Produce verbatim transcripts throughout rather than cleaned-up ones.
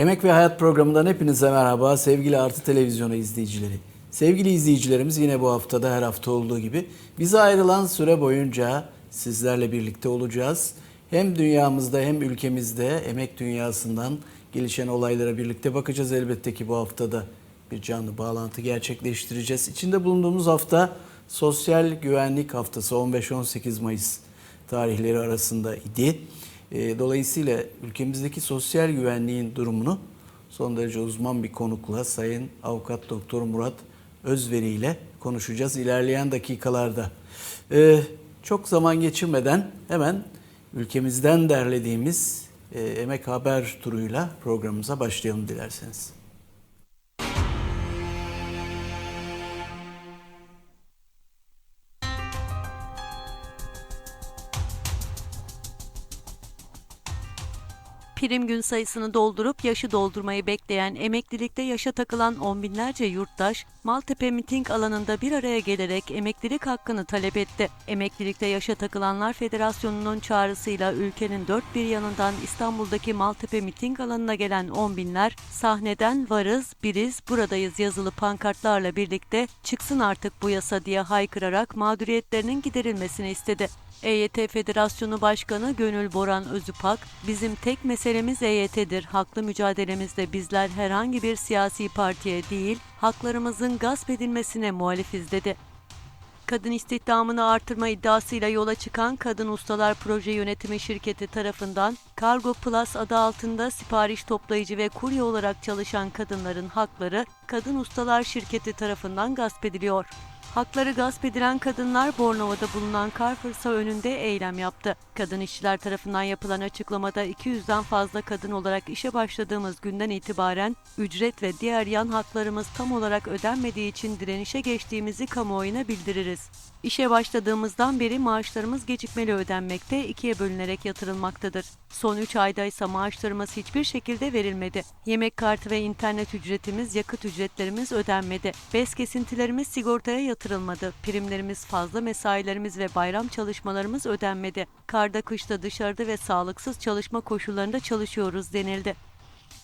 Emek ve Hayat programından hepinize merhaba sevgili Artı Televizyonu izleyicileri. Sevgili izleyicilerimiz, yine bu haftada her hafta olduğu gibi bize ayrılan süre boyunca sizlerle birlikte olacağız. Hem dünyamızda hem ülkemizde emek dünyasından gelişen olaylara birlikte bakacağız. Elbette ki bu haftada bir canlı bağlantı gerçekleştireceğiz. İçinde bulunduğumuz hafta Sosyal Güvenlik Haftası on beş on sekiz Mayıs tarihleri arasında idi. Dolayısıyla ülkemizdeki sosyal güvenliğin durumunu son derece uzman bir konukla, Sayın Avukat Doktor Murat Özveri ile konuşacağız ilerleyen dakikalarda. Ee, çok zaman geçirmeden hemen ülkemizden derlediğimiz e, Emek Haber turuyla programımıza başlayalım dilerseniz. Prim gün sayısını doldurup yaşı doldurmayı bekleyen, emeklilikte yaşa takılan on binlerce yurttaş, Maltepe miting alanında bir araya gelerek emeklilik hakkını talep etti. Emeklilikte yaşa takılanlar Federasyonu'nun çağrısıyla ülkenin dört bir yanından İstanbul'daki Maltepe miting alanına gelen on binler, sahneden "Varız, biriz, buradayız" yazılı pankartlarla birlikte "Çıksın artık bu yasa" diye haykırarak mağduriyetlerinin giderilmesini istedi. E Y T Federasyonu Başkanı Gönül Boran Özüpak, "Bizim tek meselemiz E Y T'dir. Haklı mücadelemizde bizler herhangi bir siyasi partiye değil, haklarımızın gasp edilmesine muhalifiz" dedi. Kadın istihdamını artırma iddiasıyla yola çıkan Kadın Ustalar Proje Yönetimi Şirketi tarafından Kargo Plus adı altında sipariş toplayıcı ve kurye olarak çalışan kadınların hakları Kadın Ustalar Şirketi tarafından gasp ediliyor. Hakları gasp edilen kadınlar Bornova'da bulunan Carrefour'sa önünde eylem yaptı. Kadın işçiler tarafından yapılan açıklamada iki yüzden fazla kadın olarak işe başladığımız günden itibaren ücret ve diğer yan haklarımız tam olarak ödenmediği için direnişe geçtiğimizi kamuoyuna bildiririz. İşe başladığımızdan beri maaşlarımız gecikmeli ödenmekte, ikiye bölünerek yatırılmaktadır. Son üç ayda ise maaşlarımız hiçbir şekilde verilmedi. Yemek kartı ve internet ücretimiz, yakıt ücretlerimiz ödenmedi. Bes kesintilerimiz sigortaya yatırılmadı. Primlerimiz, fazla mesailerimiz ve bayram çalışmalarımız ödenmedi. Karda, kışta, dışarıda ve sağlıksız çalışma koşullarında çalışıyoruz denildi.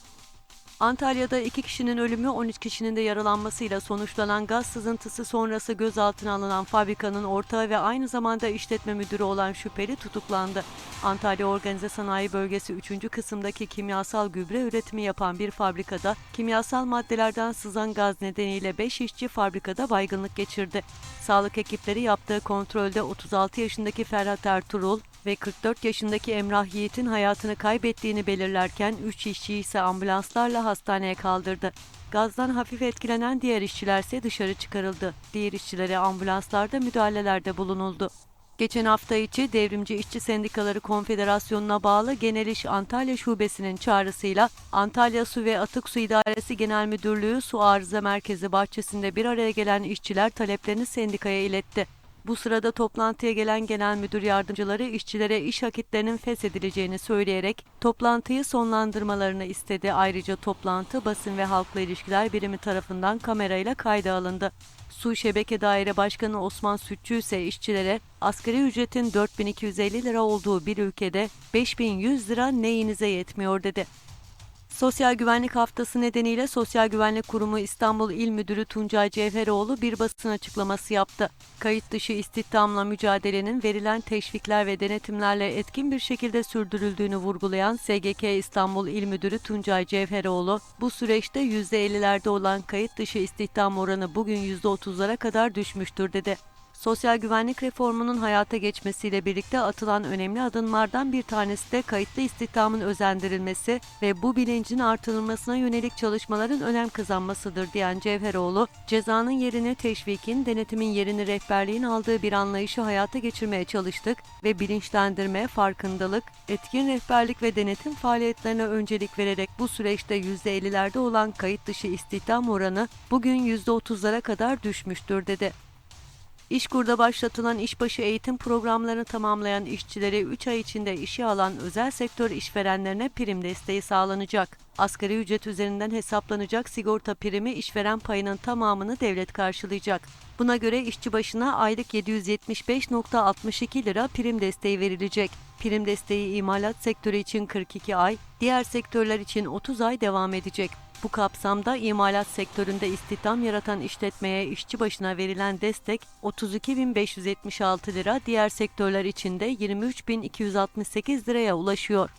Antalya'da iki kişinin ölümü, on üç kişinin de yaralanmasıyla sonuçlanan gaz sızıntısı sonrası gözaltına alınan fabrikanın ortağı ve aynı zamanda işletme müdürü olan şüpheli tutuklandı. Antalya Organize Sanayi Bölgesi üçüncü kısımdaki kimyasal gübre üretimi yapan bir fabrikada kimyasal maddelerden sızan gaz nedeniyle beş işçi fabrikada baygınlık geçirdi. Sağlık ekipleri yaptığı kontrolde otuz altı yaşındaki Ferhat Ertuğrul ve kırk dört yaşındaki Emrah Yiğit'in hayatını kaybettiğini belirlerken üç işçi ise ambulanslarla hastaneye kaldırdı. Gazdan hafif etkilenen diğer işçiler ise dışarı çıkarıldı. Diğer işçilere ambulanslarda müdahalelerde bulunuldu. Geçen hafta içi Devrimci İşçi Sendikaları Konfederasyonu'na bağlı Genel İş Antalya Şubesi'nin çağrısıyla Antalya Su ve Atık Su İdaresi Genel Müdürlüğü Su Arıza Merkezi bahçesinde bir araya gelen işçiler taleplerini sendikaya iletti. Bu sırada toplantıya gelen genel müdür yardımcıları işçilere iş akitlerinin feshedileceğini söyleyerek toplantıyı sonlandırmalarını istedi. Ayrıca toplantı Basın ve Halkla İlişkiler Birimi tarafından kamerayla kayda alındı. Su Şebeke Daire Başkanı Osman Sütçü ise işçilere asgari ücretin dört bin iki yüz elli lira olduğu bir ülkede beş bin yüz lira neyinize yetmiyor dedi. Sosyal Güvenlik Haftası nedeniyle Sosyal Güvenlik Kurumu İstanbul İl Müdürü Tuncay Cevheroğlu bir basın açıklaması yaptı. Kayıt dışı istihdamla mücadelenin verilen teşvikler ve denetimlerle etkin bir şekilde sürdürüldüğünü vurgulayan S G K İstanbul İl Müdürü Tuncay Cevheroğlu, bu süreçte yüzde ellilerde olan kayıt dışı istihdam oranı bugün yüzde otuzlara kadar düşmüştür dedi. Sosyal güvenlik reformunun hayata geçmesiyle birlikte atılan önemli adımlardan bir tanesi de kayıtlı istihdamın özendirilmesi ve bu bilincin artırılmasına yönelik çalışmaların önem kazanmasıdır diyen Cevheroğlu, cezanın yerini teşvikin, denetimin yerini rehberliğin aldığı bir anlayışı hayata geçirmeye çalıştık ve bilinçlendirme, farkındalık, etkin rehberlik ve denetim faaliyetlerine öncelik vererek bu süreçte yüzde ellilerde olan kayıt dışı istihdam oranı bugün yüzde otuzlara kadar düşmüştür dedi. İşkur'da başlatılan işbaşı eğitim programlarını tamamlayan işçileri üç ay içinde işe alan özel sektör işverenlerine prim desteği sağlanacak. Asgari ücret üzerinden hesaplanacak sigorta primi işveren payının tamamını devlet karşılayacak. Buna göre işçi başına aylık yedi yüz yetmiş beş virgül altmış iki lira prim desteği verilecek. Prim desteği imalat sektörü için kırk iki ay, diğer sektörler için otuz ay devam edecek. Bu kapsamda imalat sektöründe istihdam yaratan işletmeye işçi başına verilen destek otuz iki bin beş yüz yetmiş altı lira, diğer sektörler için de yirmi üç bin iki yüz altmış sekiz liraya ulaşıyor.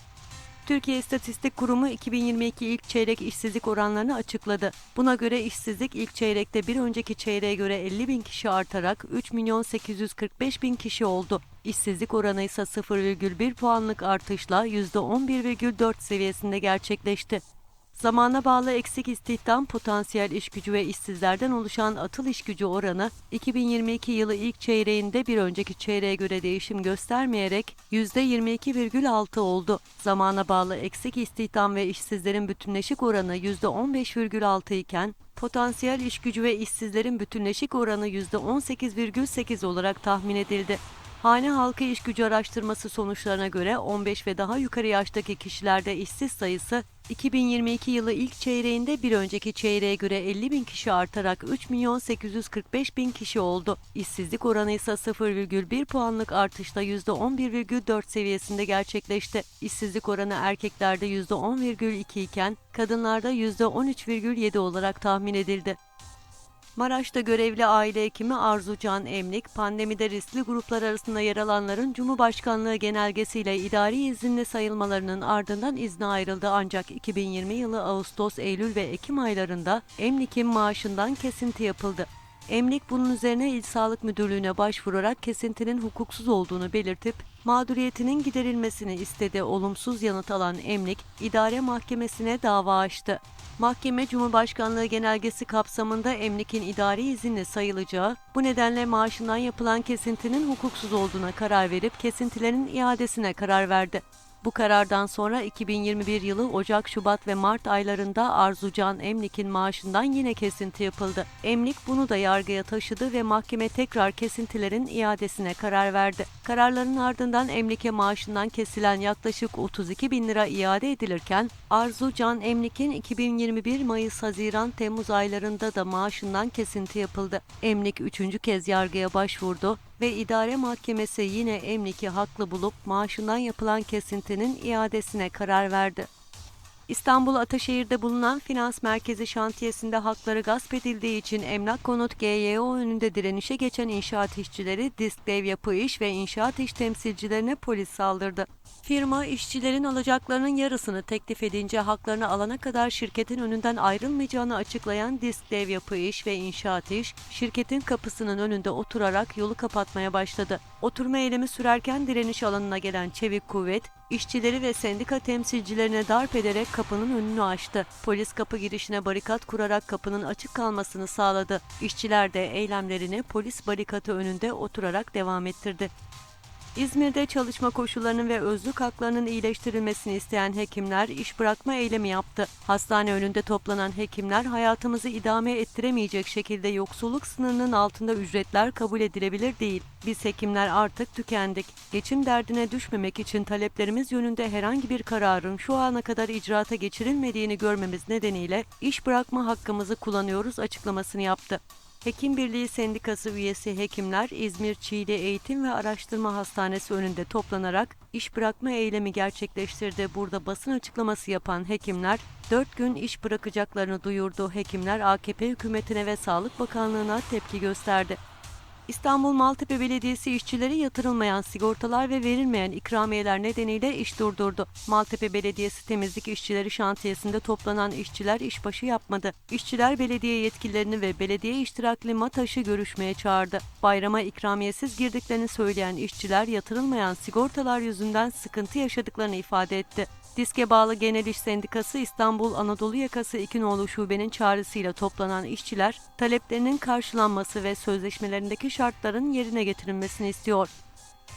Türkiye İstatistik Kurumu iki bin yirmi iki ilk çeyrek işsizlik oranlarını açıkladı. Buna göre işsizlik ilk çeyrekte bir önceki çeyreğe göre elli bin kişi artarak üç milyon sekiz yüz kırk beş bin kişi oldu. İşsizlik oranı ise sıfır virgül bir puanlık artışla yüzde on bir virgül dört seviyesinde gerçekleşti. Zamana bağlı eksik istihdam, potansiyel işgücü ve işsizlerden oluşan atıl işgücü oranı iki bin yirmi iki yılı ilk çeyreğinde bir önceki çeyreğe göre değişim göstermeyerek yüzde yirmi iki virgül altı oldu. Zamana bağlı eksik istihdam ve işsizlerin bütünleşik oranı yüzde on beş virgül altı iken potansiyel işgücü ve işsizlerin bütünleşik oranı yüzde on sekiz virgül sekiz olarak tahmin edildi. Hane halkı işgücü araştırması sonuçlarına göre on beş ve daha yukarı yaştaki kişilerde işsiz sayısı iki bin yirmi iki yılı ilk çeyreğinde bir önceki çeyreğe göre elli bin kişi artarak üç milyon sekiz yüz kırk beş bin kişi oldu. İşsizlik oranı ise sıfır virgül bir puanlık artışla yüzde on bir virgül dört seviyesinde gerçekleşti. İşsizlik oranı erkeklerde yüzde on virgül iki iken kadınlarda yüzde on üç virgül yedi olarak tahmin edildi. Maraş'ta görevli aile hekimi Arzu Can Emlik, pandemide riskli gruplar arasında yer alanların Cumhurbaşkanlığı genelgesiyle idari izinli sayılmalarının ardından izne ayrıldı, ancak iki bin yirmi yılı Ağustos, Eylül ve Ekim aylarında Emlik'in maaşından kesinti yapıldı. Emlik bunun üzerine İl Sağlık Müdürlüğü'ne başvurarak kesintinin hukuksuz olduğunu belirtip mağduriyetinin giderilmesini istedi. Olumsuz yanıt alan Emlik, idare mahkemesine dava açtı. Mahkeme, Cumhurbaşkanlığı genelgesi kapsamında Emlik'in idari izinli sayılacağı, bu nedenle maaşından yapılan kesintinin hukuksuz olduğuna karar verip kesintilerin iadesine karar verdi. Bu karardan sonra iki bin yirmi bir yılı Ocak, Şubat ve Mart aylarında Arzu Can Emlik'in maaşından yine kesinti yapıldı. Emlik bunu da yargıya taşıdı ve mahkeme tekrar kesintilerin iadesine karar verdi. Kararların ardından Emlik'e maaşından kesilen yaklaşık otuz iki bin lira iade edilirken, Arzu Can Emlik'in iki bin yirmi bir Mayıs, Haziran, Temmuz aylarında da maaşından kesinti yapıldı. Emlik üçüncü kez yargıya başvurdu ve idare mahkemesi yine Emlik'i haklı bulup maaşından yapılan kesintinin iadesine karar verdi. İstanbul Ataşehir'de bulunan finans merkezi şantiyesinde hakları gasp edildiği için Emlak Konut G Y O önünde direnişe geçen inşaat işçileri, Diskdev Yapı İş ve İnşaat İş temsilcilerine polis saldırdı. Firma, işçilerin alacaklarının yarısını teklif edince haklarını alana kadar şirketin önünden ayrılmayacağını açıklayan Diskdev Yapı İş ve İnşaat İş, şirketin kapısının önünde oturarak yolu kapatmaya başladı. Oturma eylemi sürerken direniş alanına gelen Çevik Kuvvet, işçileri ve sendika temsilcilerine darp ederek kapının önünü açtı. Polis kapı girişine barikat kurarak kapının açık kalmasını sağladı. İşçiler de eylemlerini polis barikatı önünde oturarak devam ettirdi. İzmir'de çalışma koşullarının ve özlük haklarının iyileştirilmesini isteyen hekimler iş bırakma eylemi yaptı. Hastane önünde toplanan hekimler, hayatımızı idame ettiremeyecek şekilde yoksulluk sınırının altında ücretler kabul edilebilir değil. Biz hekimler artık tükendik. Geçim derdine düşmemek için taleplerimiz yönünde herhangi bir kararın şu ana kadar icraata geçirilmediğini görmemiz nedeniyle iş bırakma hakkımızı kullanıyoruz açıklamasını yaptı. Hekim Birliği Sendikası üyesi hekimler İzmir Çiğli Eğitim ve Araştırma Hastanesi önünde toplanarak iş bırakma eylemi gerçekleştirdi. Burada basın açıklaması yapan hekimler dört gün iş bırakacaklarını duyurdu. Hekimler A K P hükümetine ve Sağlık Bakanlığı'na tepki gösterdi. İstanbul Maltepe Belediyesi işçileri yatırılmayan sigortalar ve verilmeyen ikramiyeler nedeniyle iş durdurdu. Maltepe Belediyesi temizlik işçileri şantiyesinde toplanan işçiler işbaşı yapmadı. İşçiler belediye yetkililerini ve belediye iştirakli MATAŞ'ı görüşmeye çağırdı. Bayrama ikramiyesiz girdiklerini söyleyen işçiler yatırılmayan sigortalar yüzünden sıkıntı yaşadıklarını ifade etti. Diske bağlı Genel İş Sendikası İstanbul Anadolu Yakası İki Nolu Şube'nin çağrısıyla toplanan işçiler, taleplerinin karşılanması ve sözleşmelerindeki şartların yerine getirilmesini istiyor.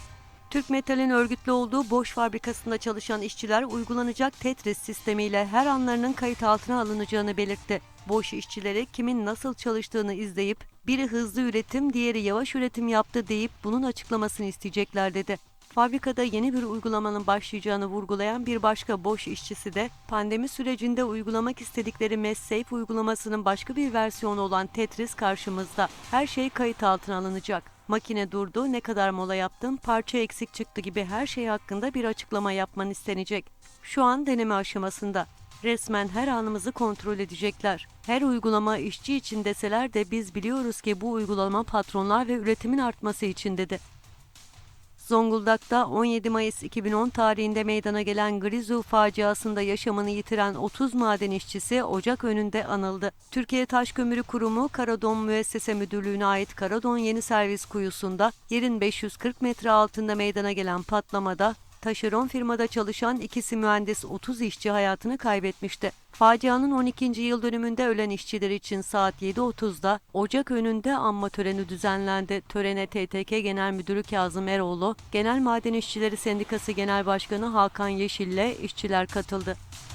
Türk Metal'in örgütlü olduğu Boş fabrikasında çalışan işçiler uygulanacak Tetris sistemiyle her anlarının kayıt altına alınacağını belirtti. Boş işçileri kimin nasıl çalıştığını izleyip biri hızlı üretim, diğeri yavaş üretim yaptı deyip bunun açıklamasını isteyecekler dedi. Fabrikada yeni bir uygulamanın başlayacağını vurgulayan bir başka Boş işçisi de pandemi sürecinde uygulamak istedikleri MedSafe uygulamasının başka bir versiyonu olan Tetris karşımızda. Her şey kayıt altına alınacak. Makine durdu, ne kadar mola yaptın, parça eksik çıktı gibi her şey hakkında bir açıklama yapman istenecek. Şu an deneme aşamasında. Resmen her anımızı kontrol edecekler. Her uygulama işçi için deseler de biz biliyoruz ki bu uygulama patronlar ve üretimin artması için dedi. Zonguldak'ta on yedi Mayıs iki bin on tarihinde meydana gelen Grizu faciasında yaşamını yitiren otuz maden işçisi ocak önünde anıldı. Türkiye Taş Kömürü Kurumu Karadon Müessese Müdürlüğü'ne ait Karadon Yeni Servis Kuyusu'nda yerin beş yüz kırk metre altında meydana gelen patlamada taşeron firmada çalışan ikisi mühendis otuz işçi hayatını kaybetmişti. Facianın on ikinci yıl dönümünde ölen işçiler için saat yedi otuzda ocak önünde anma töreni düzenlendi. Törene T T K Genel Müdürü Kazım Eroğlu, Genel Maden İşçileri Sendikası Genel Başkanı Hakan Yeşil ile işçiler katıldı.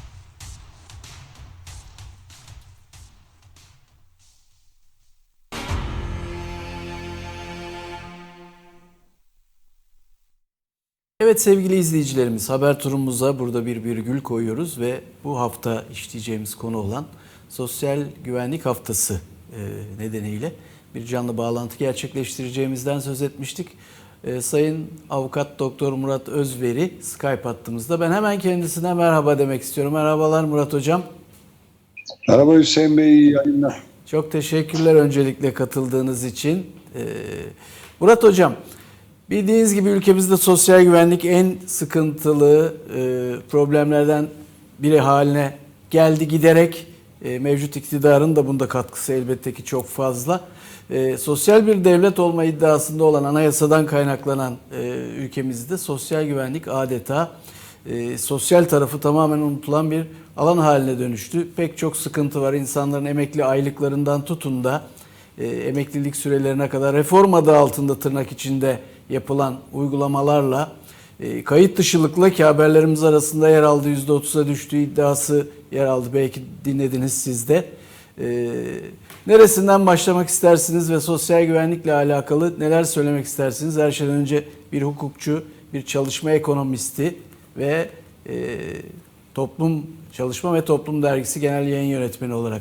Evet sevgili izleyicilerimiz, haber turumuza burada bir virgül koyuyoruz ve bu hafta işleyeceğimiz konu olan Sosyal Güvenlik Haftası e, nedeniyle bir canlı bağlantı gerçekleştireceğimizden söz etmiştik. E, Sayın Avukat Doktor Murat Özveri Skype hattımızda. Ben hemen kendisine merhaba demek istiyorum. Merhabalar Murat Hocam. Merhaba Hüseyin Bey, iyi yayınlar. Çok teşekkürler öncelikle katıldığınız için. E, Murat Hocam, bildiğiniz gibi ülkemizde sosyal güvenlik en sıkıntılı e, problemlerden biri haline geldi giderek. E, mevcut iktidarın da bunda katkısı elbette ki çok fazla. E, sosyal bir devlet olma iddiasında olan anayasadan kaynaklanan e, ülkemizde sosyal güvenlik adeta e, sosyal tarafı tamamen unutulan bir alan haline dönüştü. Pek çok sıkıntı var. İnsanların emekli aylıklarından tutun da e, emeklilik sürelerine kadar reform adı altında tırnak içinde yapılan uygulamalarla e, kayıt dışılıkla ki haberlerimiz arasında yer aldı yüzde otuza düştüğü iddiası yer aldı. Belki dinlediniz siz de. E, neresinden başlamak istersiniz ve sosyal güvenlikle alakalı neler söylemek istersiniz? Her şeyden önce bir hukukçu, bir çalışma ekonomisti ve e, Toplum Çalışma ve Toplum Dergisi Genel Yayın Yönetmeni olarak.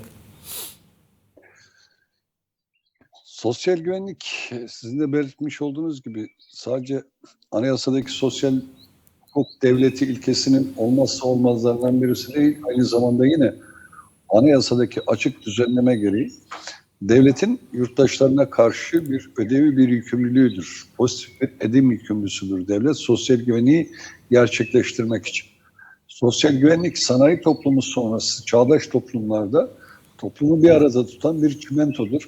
Sosyal güvenlik, sizin de belirtmiş olduğunuz gibi sadece anayasadaki sosyal hukuk devleti ilkesinin olmazsa olmazlarından birisi değil, aynı zamanda yine anayasadaki açık düzenleme gereği devletin yurttaşlarına karşı bir ödevi, bir yükümlülüğüdür. Pozitif bir edim yükümlüsüdür devlet sosyal güvenliği gerçekleştirmek için. Sosyal güvenlik sanayi toplumu sonrası çağdaş toplumlarda toplumu bir arada tutan bir çimentodur.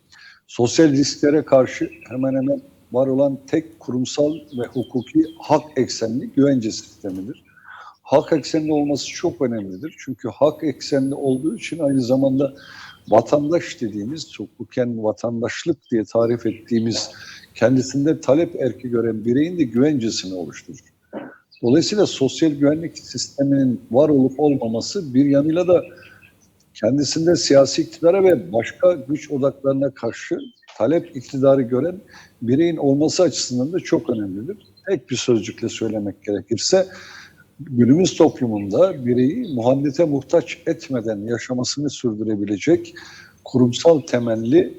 Sosyal risklere karşı hemen hemen var olan tek kurumsal ve hukuki hak eksenli güvence sistemidir. Hak eksenli olması çok önemlidir. Çünkü hak eksenli olduğu için aynı zamanda vatandaş dediğimiz, hukuken vatandaşlık diye tarif ettiğimiz kendisinde talep erki gören bireyin de güvencesini oluşturur. Dolayısıyla sosyal güvenlik sisteminin var olup olmaması bir yanıyla da kendisinde siyasi iktidara ve başka güç odaklarına karşı talep iktidarı gören bireyin olması açısından da çok önemlidir. Tek bir sözcükle söylemek gerekirse günümüz toplumunda bireyi muhaddete muhtaç etmeden yaşamasını sürdürebilecek kurumsal temelli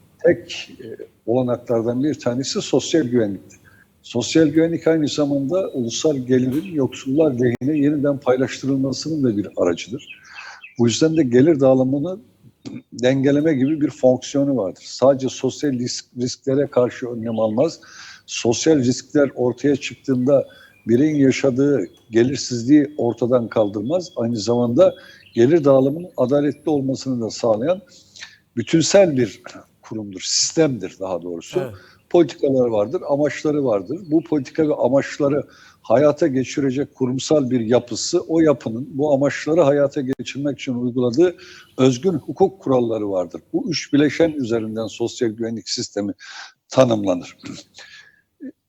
tek olanaklardan bir tanesi sosyal güvenliktir. Sosyal güvenlik aynı zamanda ulusal gelirin yoksullar lehine yeniden paylaştırılmasının da bir aracıdır. Bu yüzden de gelir dağılımını dengeleme gibi bir fonksiyonu vardır. Sadece sosyal risk, risklere karşı önlem almaz. Sosyal riskler ortaya çıktığında bireyin yaşadığı gelirsizliği ortadan kaldırmaz. Aynı zamanda gelir dağılımının adaletli olmasını da sağlayan bütünsel bir kurumdur, sistemdir daha doğrusu. Evet. Politikalar vardır, amaçları vardır. Bu politika ve amaçları hayata geçirecek kurumsal bir yapısı, o yapının bu amaçları hayata geçirmek için uyguladığı özgün hukuk kuralları vardır. Bu üç bileşen üzerinden sosyal güvenlik sistemi tanımlanır.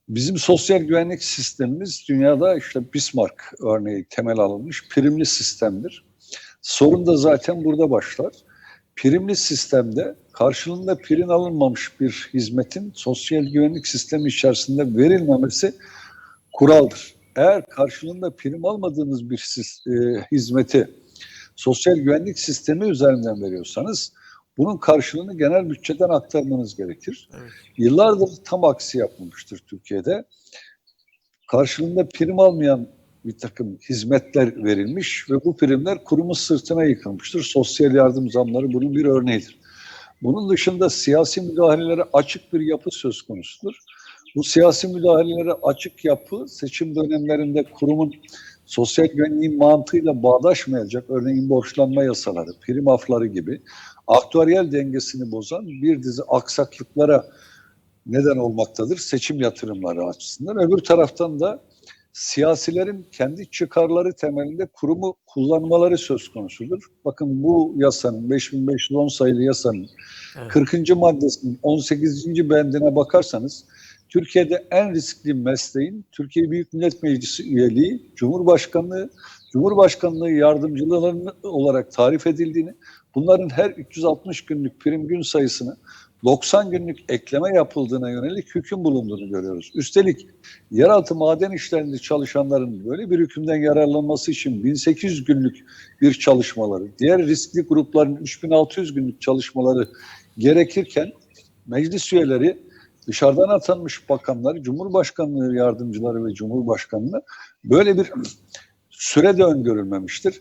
Bizim sosyal güvenlik sistemimiz dünyada işte Bismarck örneği temel alınmış primli sistemdir. Sorun da zaten burada başlar. Primli sistemde karşılığında prim alınmamış bir hizmetin sosyal güvenlik sistemi içerisinde verilmemesi kuraldır. Eğer karşılığında prim almadığınız bir e, hizmeti sosyal güvenlik sistemi üzerinden veriyorsanız bunun karşılığını genel bütçeden aktarmanız gerekir. Evet. Yıllardır tam aksi yapılmıştır Türkiye'de. Karşılığında prim almayan bir takım hizmetler verilmiş ve bu primler kurumun sırtına yıkılmıştır. Sosyal yardım zamları bunun bir örneğidir. Bunun dışında siyasi müdahalelere açık bir yapı söz konusudur. Bu siyasi müdahalelere açık yapı seçim dönemlerinde kurumun sosyal güvenliğin mantığıyla bağdaşmayacak, örneğin borçlanma yasaları, prim afları gibi aktüeryel dengesini bozan bir dizi aksaklıklara neden olmaktadır seçim yatırımları açısından. Öbür taraftan da siyasilerin kendi çıkarları temelinde kurumu kullanmaları söz konusudur. Bakın bu yasanın, beş bin beş yüz on sayılı yasanın evet. kırkıncı maddesinin on sekizinci bendine bakarsanız, Türkiye'de en riskli mesleğin Türkiye Büyük Millet Meclisi üyeliği, Cumhurbaşkanlığı, Cumhurbaşkanlığı yardımcılarının olarak tarif edildiğini, bunların her üç yüz altmış günlük prim gün sayısını doksan günlük ekleme yapıldığına yönelik hüküm bulunduğunu görüyoruz. Üstelik yeraltı maden işlerinde çalışanların böyle bir hükümden yararlanması için bin sekiz yüz günlük bir çalışmaları, diğer riskli grupların üç bin altı yüz günlük çalışmaları gerekirken meclis üyeleri, dışarıdan atanmış bakanlar, Cumhurbaşkanlığı yardımcıları ve Cumhurbaşkanlığı böyle bir süre de öngörülmemiştir.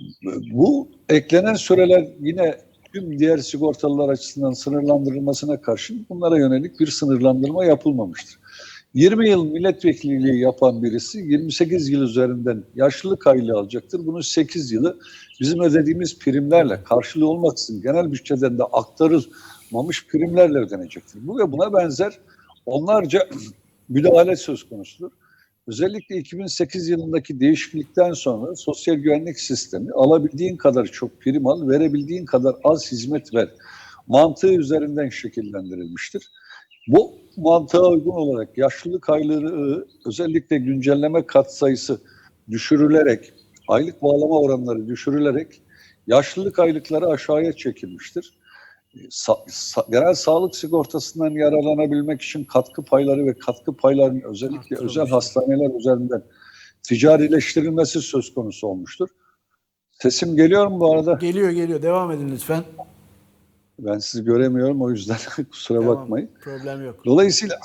Bu eklenen süreler yine tüm diğer sigortalılar açısından sınırlandırılmasına karşın bunlara yönelik bir sınırlandırma yapılmamıştır. yirmi yıl milletvekilliği yapan birisi yirmi sekiz yıl üzerinden yaşlılık aylığı alacaktır. Bunun sekiz yılı bizim ödediğimiz primlerle, karşılığı olmaksızın genel bütçeden de aktarılmamış primlerle ödenecektir. Bu ve buna benzer onlarca müdahale söz konusudur. Özellikle iki bin sekiz yılındaki değişiklikten sonra sosyal güvenlik sistemi alabildiğin kadar çok prim al, verebildiğin kadar az hizmet ver mantığı üzerinden şekillendirilmiştir. Bu mantığa uygun olarak yaşlılık aylığı özellikle güncelleme katsayısı düşürülerek, aylık bağlama oranları düşürülerek yaşlılık aylıkları aşağıya çekilmiştir. Sa sa genel sağlık sigortasından yararlanabilmek için katkı payları ve katkı paylarının özellikle Artık özel hastaneler üzerinden ticarileştirilmesi söz konusu olmuştur. Sesim geliyor mu bu arada? Geliyor geliyor. Devam edin lütfen. Ben sizi göremiyorum, o yüzden kusura Devam. bakmayın. Problem yok. Dolayısıyla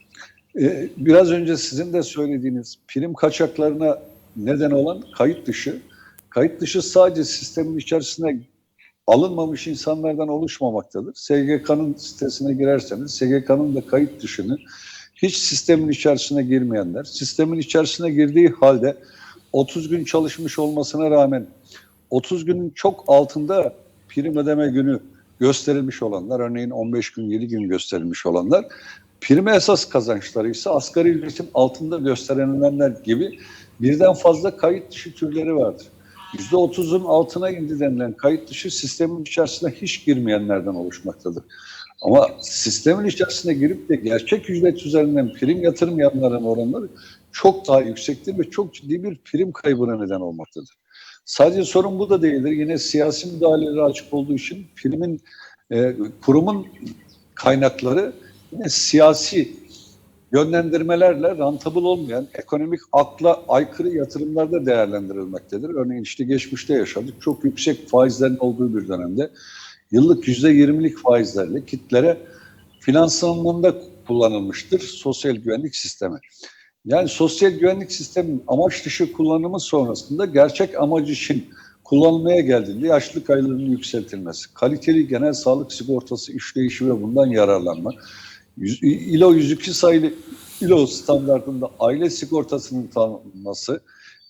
e, biraz önce sizin de söylediğiniz prim kaçaklarına neden olan kayıt dışı, kayıt dışı sadece sistemin içerisine alınmamış insanlardan oluşmamaktadır. S G K'nın sitesine girerseniz S G K'nın da kayıt dışını hiç sistemin içerisine girmeyenler, sistemin içerisine girdiği halde otuz gün çalışmış olmasına rağmen otuz günün çok altında prim ödeme günü gösterilmiş olanlar, örneğin on beş gün, yedi gün gösterilmiş olanlar, prime esas kazançları ise asgari ücretin altında gösterilenler gibi birden fazla kayıt dışı türleri vardır. yüzde otuzun altına indi denilen kayıt dışı sistemin içerisine hiç girmeyenlerden oluşmaktadır. Ama sistemin içerisine girip de gerçek ücret üzerinden prim yatırmayanların oranları çok daha yüksektir ve çok ciddi bir prim kaybına neden olmaktadır. Sadece sorun bu da değildir. Yine siyasi müdahalelere açık olduğu için primin, e, kurumun kaynakları yine siyasi yönlendirmelerle rentable olmayan, ekonomik akla aykırı yatırımlarda değerlendirilmektedir. Örneğin işte geçmişte yaşadık. Çok yüksek faizlerin olduğu bir dönemde yıllık yüzde yirmilik faizlerle kitlere finansmanında kullanılmıştır sosyal güvenlik sistemi. Yani sosyal güvenlik sistemin amaç dışı kullanımı sonrasında gerçek amacı için kullanılmaya geldiğinde yaşlılık aylarının yükseltilmesi, kaliteli genel sağlık sigortası işleyişi ve bundan yararlanma, İ L O yüz iki sayılı İ L O standartında aile sigortasının tanınması,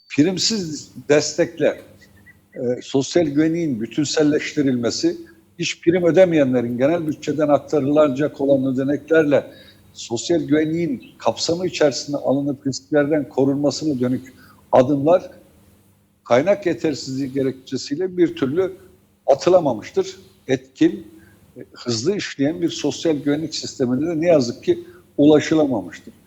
primsiz destekle e, sosyal güvenliğin bütünselleştirilmesi, hiç prim ödemeyenlerin genel bütçeden aktarılacak olan ödeneklerle sosyal güvenliğin kapsamı içerisinde alınıp risklerden korunmasına dönük adımlar kaynak yetersizliği gerekçesiyle bir türlü atılamamıştır. Etkin, hızlı işleyen bir sosyal güvenlik sistemine de ne yazık ki ulaşılamamıştır.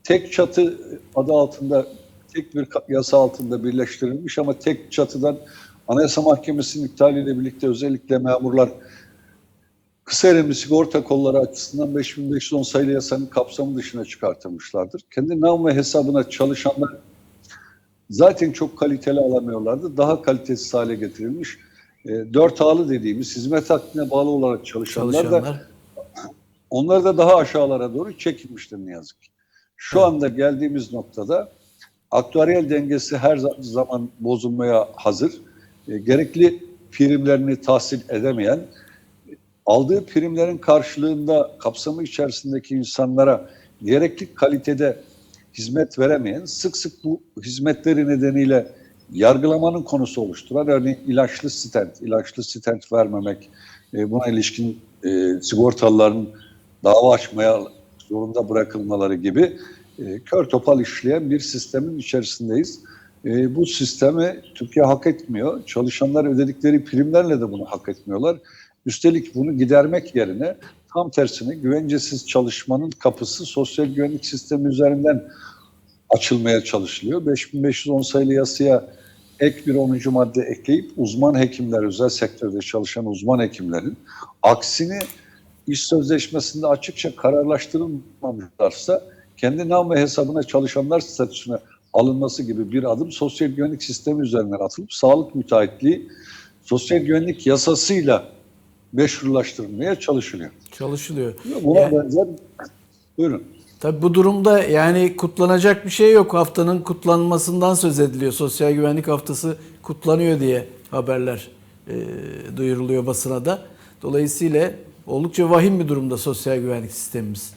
tek çatı adı altında, tek bir yasa altında birleştirilmiş ama tek çatıdan Anayasa Mahkemesi'nin iptaliyle birlikte özellikle memurlar kısa erimli sigorta kolları açısından beş bin beş yüz on sayılı yasanın kapsamı dışına çıkartılmışlardır. Kendi nam ve hesabına çalışanlar zaten çok kaliteli alamıyorlardı. Daha kalitesiz hale getirilmiş. E, dört A'lı dediğimiz hizmet hakkına bağlı olarak çalışanlar, Çalışanlar. da onlar da daha aşağılara doğru çekilmiştir ne yazık ki. Şu Evet. anda geldiğimiz noktada aktüaryel dengesi her zaman bozulmaya hazır. E, gerekli primlerini tahsil edemeyen, aldığı primlerin karşılığında kapsamı içerisindeki insanlara gerekli kalitede hizmet veremeyen, sık sık bu hizmetleri nedeniyle yargılamanın konusu oluşturan, örneğin ilaçlı stent, ilaçlı stent vermemek, e, buna ilişkin e, sigortalıların dava açmaya zorunda bırakılmaları gibi e, kör topal işleyen bir sistemin içerisindeyiz. E, bu sistemi Türkiye hak etmiyor. Çalışanlar ödedikleri primlerle de bunu hak etmiyorlar. Üstelik bunu gidermek yerine tam tersine güvencesiz çalışmanın kapısı sosyal güvenlik sistemi üzerinden açılmaya çalışılıyor. beş bin beş yüz on sayılı yasaya ek bir onuncu madde ekleyip uzman hekimler, özel sektörde çalışan uzman hekimlerin aksini iş sözleşmesinde açıkça kararlaştırılmamışlarsa kendi nam ve hesabına çalışanlar statüsüne alınması gibi bir adım sosyal güvenlik sistemi üzerinden atılıp sağlık müteahhitliği sosyal güvenlik yasasıyla meşrulaştırılmaya çalışılıyor. Çalışılıyor. Buna Yani- benzer, buyurun. Tabii bu durumda yani kutlanacak bir şey yok. Haftanın kutlanmasından söz ediliyor. Sosyal Güvenlik Haftası kutlanıyor diye haberler e, duyuruluyor basına da. Dolayısıyla oldukça vahim bir durumda sosyal güvenlik sistemimiz.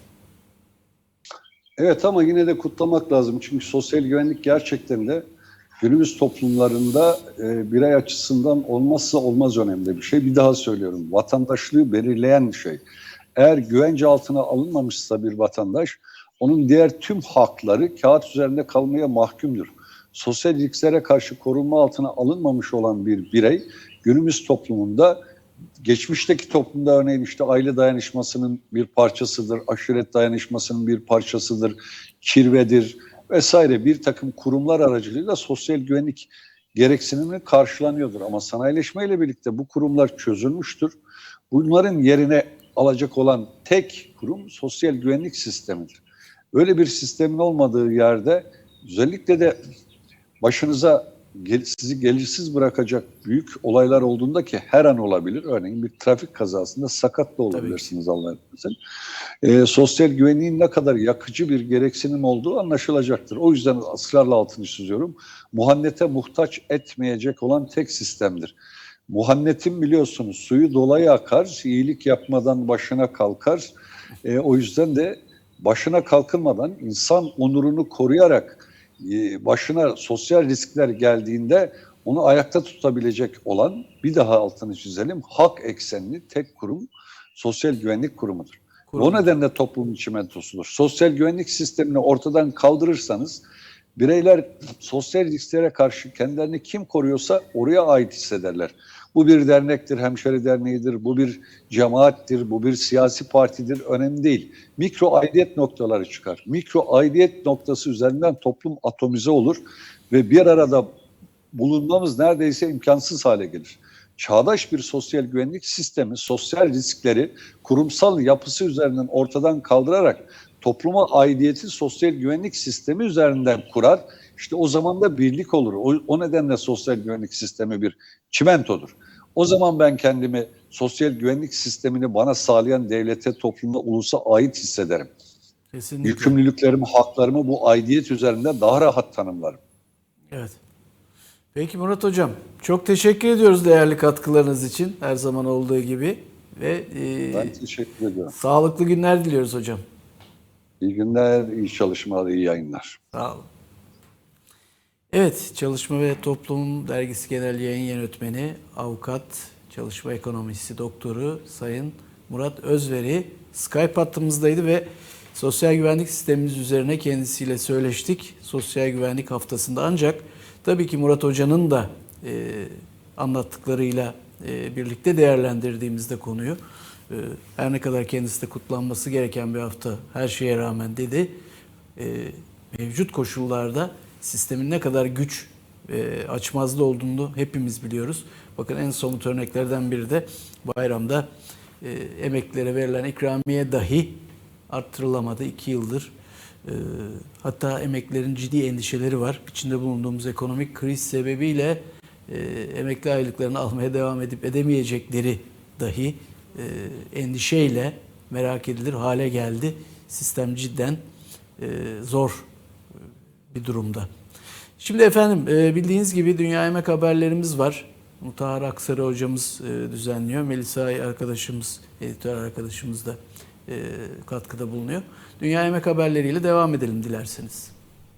Evet ama yine de kutlamak lazım. Çünkü sosyal güvenlik gerçekten de günümüz toplumlarında e, birey açısından olmazsa olmaz önemli bir şey. Bir daha söylüyorum. Vatandaşlığı belirleyen şey. Eğer güvence altına alınmamışsa bir vatandaş, onun diğer tüm hakları kağıt üzerinde kalmaya mahkumdur. Sosyal risklere karşı korunma altına alınmamış olan bir birey, günümüz toplumunda, geçmişteki toplumda örneğin işte aile dayanışmasının bir parçasıdır, aşiret dayanışmasının bir parçasıdır, kirvedir vesaire bir takım kurumlar aracılığıyla sosyal güvenlik gereksinimi karşılanıyordur. Ama sanayileşmeyle birlikte bu kurumlar çözülmüştür. Bunların yerine alacak olan tek kurum sosyal güvenlik sistemidir. Öyle bir sistemin olmadığı yerde özellikle de başınıza gel, sizi gelirsiz bırakacak büyük olaylar olduğunda ki her an olabilir. Örneğin bir trafik kazasında sakat da olabilirsiniz Allah etmesin. Ee, sosyal güvenliğin ne kadar yakıcı bir gereksinim olduğu anlaşılacaktır. O yüzden ısrarla altını çiziyorum. Muhannete muhtaç etmeyecek olan tek sistemdir. Muhannetin biliyorsunuz suyu dolaya akar, iyilik yapmadan başına kalkar. E, o yüzden de başına kalkılmadan insan onurunu koruyarak e, başına sosyal riskler geldiğinde onu ayakta tutabilecek olan, bir daha altını çizelim, hak eksenli tek kurum sosyal güvenlik kurumudur. Kurum. O nedenle toplumun çimentosudur. Sosyal güvenlik sistemini ortadan kaldırırsanız bireyler sosyal risklere karşı kendilerini kim koruyorsa oraya ait hissederler. Bu bir dernektir, hemşeri derneğidir, bu bir cemaattir, bu bir siyasi partidir, önemli değil. Mikro aidiyet noktaları çıkar. Mikro aidiyet noktası üzerinden toplum atomize olur ve bir arada bulunmamız neredeyse imkansız hale gelir. Çağdaş bir sosyal güvenlik sistemi, sosyal riskleri kurumsal yapısı üzerinden ortadan kaldırarak topluma aidiyeti sosyal güvenlik sistemi üzerinden kurar. İşte o zaman da birlik olur. O, o nedenle sosyal güvenlik sistemi bir çimentodur. O zaman ben kendimi sosyal güvenlik sistemini bana sağlayan devlete, toplumda, ulusa ait hissederim. Kesinlikle. Yükümlülüklerimi, haklarımı bu aidiyet üzerinde daha rahat tanımlarım. Evet. Peki Murat Hocam, çok teşekkür ediyoruz değerli katkılarınız için her zaman olduğu gibi ve e, Ben teşekkür ediyorum. sağlıklı günler diliyoruz hocam. İyi günler, iyi çalışmalar, iyi yayınlar. Sağ olun. Evet, Çalışma ve Toplum Dergisi Genel Yayın Yönetmeni, Avukat, Çalışma Ekonomisi Doktoru Sayın Murat Özveri Skype hattımızdaydı ve sosyal güvenlik sistemimiz üzerine kendisiyle söyleştik. Sosyal güvenlik haftasında ancak tabii ki Murat Hoca'nın da e, anlattıklarıyla e, birlikte değerlendirdiğimizde konuyu e, her ne kadar kendisi de kutlanması gereken bir hafta her şeye rağmen dedi. e, mevcut koşullarda sistemin ne kadar güç e, açmazda olduğunu hepimiz biliyoruz. Bakın en somut örneklerden biri de bayramda e, emeklilere verilen ikramiye dahi arttırılamadı iki yıldır. E, hatta emeklilerin ciddi endişeleri var. İçinde bulunduğumuz ekonomik kriz sebebiyle e, emekli aylıklarını almaya devam edip edemeyecekleri dahi e, endişeyle merak edilir hale geldi. Sistem cidden e, zor bir durumda. Şimdi efendim e, bildiğiniz gibi Dünya Yemek haberlerimiz var. Mutahhar Aksarı hocamız e, düzenliyor. Melisa arkadaşımız, editör arkadaşımız da e, katkıda bulunuyor. Dünya Yemek haberleriyle devam edelim dilerseniz.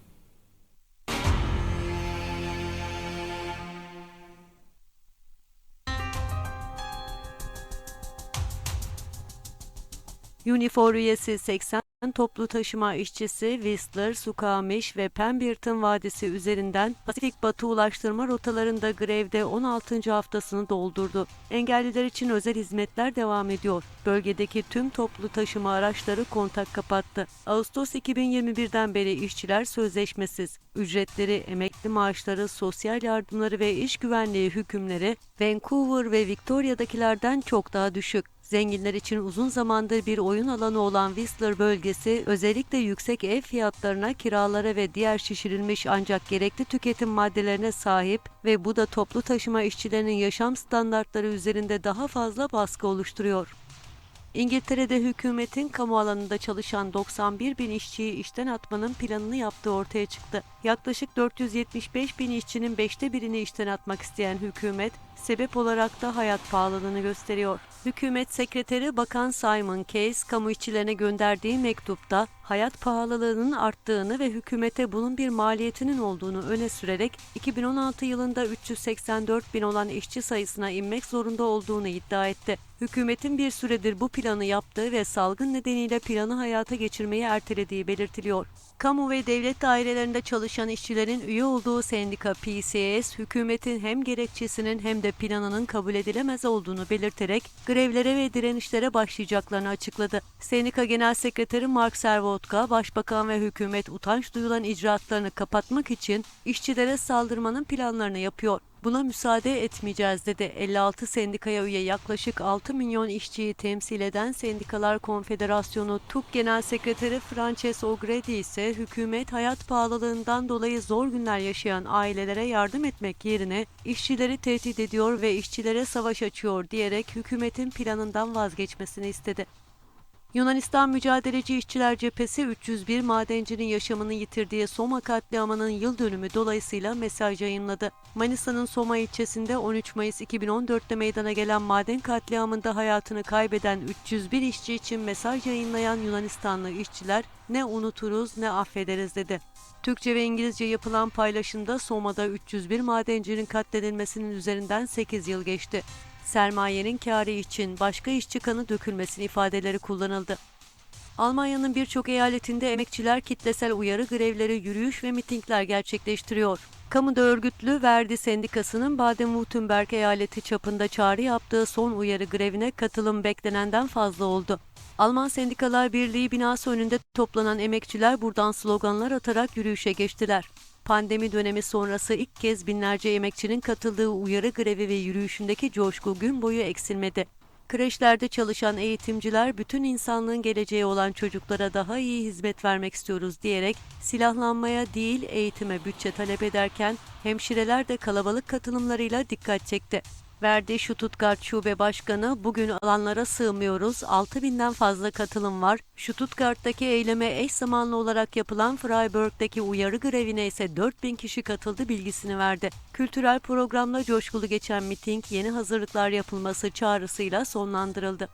Unifor üyesi seksen toplu taşıma işçisi Whistler, Sukamış ve Pemberton Vadisi üzerinden Pasifik Batı ulaştırma rotalarında grevde on altıncı haftasını doldurdu. Engelliler için özel hizmetler devam ediyor. Bölgedeki tüm toplu taşıma araçları kontak kapattı. Ağustos iki bin yirmi birden beri işçiler sözleşmesiz. Ücretleri, emekli maaşları, sosyal yardımları ve iş güvenliği hükümleri Vancouver ve Victoria'dakilerden çok daha düşük. Zenginler için uzun zamandır bir oyun alanı olan Whistler bölgesi özellikle yüksek ev fiyatlarına, kiralara ve diğer şişirilmiş ancak gerekli tüketim maddelerine sahip ve bu da toplu taşıma işçilerinin yaşam standartları üzerinde daha fazla baskı oluşturuyor. İngiltere'de hükümetin kamu alanında çalışan doksan bir bin işçiyi işten atmanın planını yaptığı ortaya çıktı. Yaklaşık dört yüz yetmiş beş bin işçinin beşte birini işten atmak isteyen hükümet, sebep olarak da hayat pahalılığını gösteriyor. Hükümet Sekreteri Bakan Simon Case, kamu işçilerine gönderdiği mektupta hayat pahalılığının arttığını ve hükümete bunun bir maliyetinin olduğunu öne sürerek iki bin on altı yılında üç yüz seksen dört bin olan işçi sayısına inmek zorunda olduğunu iddia etti. Hükümetin bir süredir bu planı yaptığı ve salgın nedeniyle planı hayata geçirmeyi ertelediği belirtiliyor. Kamu ve devlet dairelerinde çalışan işçilerin üye olduğu sendika P C S, hükümetin hem gerekçesinin hem de planının kabul edilemez olduğunu belirterek grevlere ve direnişlere başlayacaklarını açıkladı. Sendika Genel Sekreteri Mark Servotka, Başbakan ve hükümet utanç duyulan icraatlarını kapatmak için işçilere saldırmanın planlarını yapıyor. Buna müsaade etmeyeceğiz dedi. elli altı sendikaya üye yaklaşık altı milyon işçiyi temsil eden Sendikalar Konfederasyonu T U K Genel Sekreteri Frances O'Grady ise hükümet hayat pahalılığından dolayı zor günler yaşayan ailelere yardım etmek yerine işçileri tehdit ediyor ve işçilere savaş açıyor diyerek hükümetin planından vazgeçmesini istedi. Yunanistan Mücadeleci İşçiler Cephesi üç yüz bir madencinin yaşamını yitirdiği Soma katliamının yıl dönümü dolayısıyla mesaj yayınladı. Manisa'nın Soma ilçesinde on üç Mayıs iki bin on dörtte meydana gelen maden katliamında hayatını kaybeden üç yüz bir işçi için mesaj yayınlayan Yunanistanlı işçiler "Ne unuturuz ne affederiz" dedi. Türkçe ve İngilizce yapılan paylaşımda Soma'da üç yüz bir madencinin katledilmesinin üzerinden sekiz yıl geçti. Sermayenin kârı için başka işçi kanı dökülmesini ifadeleri kullanıldı. Almanya'nın birçok eyaletinde emekçiler kitlesel uyarı grevleri, yürüyüş ve mitingler gerçekleştiriyor. Kamuda örgütlü Verdi Sendikası'nın Baden-Württemberg eyaleti çapında çağrı yaptığı son uyarı grevine katılım beklenenden fazla oldu. Alman Sendikalar Birliği binası önünde toplanan emekçiler buradan sloganlar atarak yürüyüşe geçtiler. Pandemi dönemi sonrası ilk kez binlerce emekçinin katıldığı uyarı grevi ve yürüyüşündeki coşku gün boyu eksilmedi. Kreşlerde çalışan eğitimciler bütün insanlığın geleceği olan çocuklara daha iyi hizmet vermek istiyoruz diyerek silahlanmaya değil eğitime bütçe talep ederken hemşireler de kalabalık katılımlarıyla dikkat çekti. Verdi Stuttgart Şube Başkanı, "Bugün alanlara sığmıyoruz, altı binden fazla katılım var. Stuttgart'taki eyleme eş zamanlı olarak yapılan Freiburg'daki uyarı grevine ise dört bin kişi katıldı" bilgisini verdi. Kültürel programla coşkulu geçen miting yeni hazırlıklar yapılması çağrısıyla sonlandırıldı.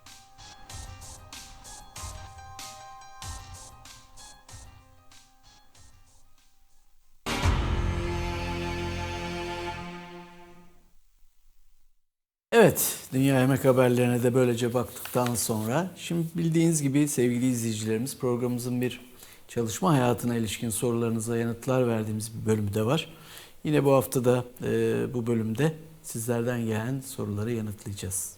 Evet, Dünya Yemek haberlerine de böylece baktıktan sonra, şimdi bildiğiniz gibi sevgili izleyicilerimiz, programımızın bir çalışma hayatına ilişkin sorularınıza yanıtlar verdiğimiz bir bölümü de var. Yine bu hafta da e, bu bölümde sizlerden gelen soruları yanıtlayacağız.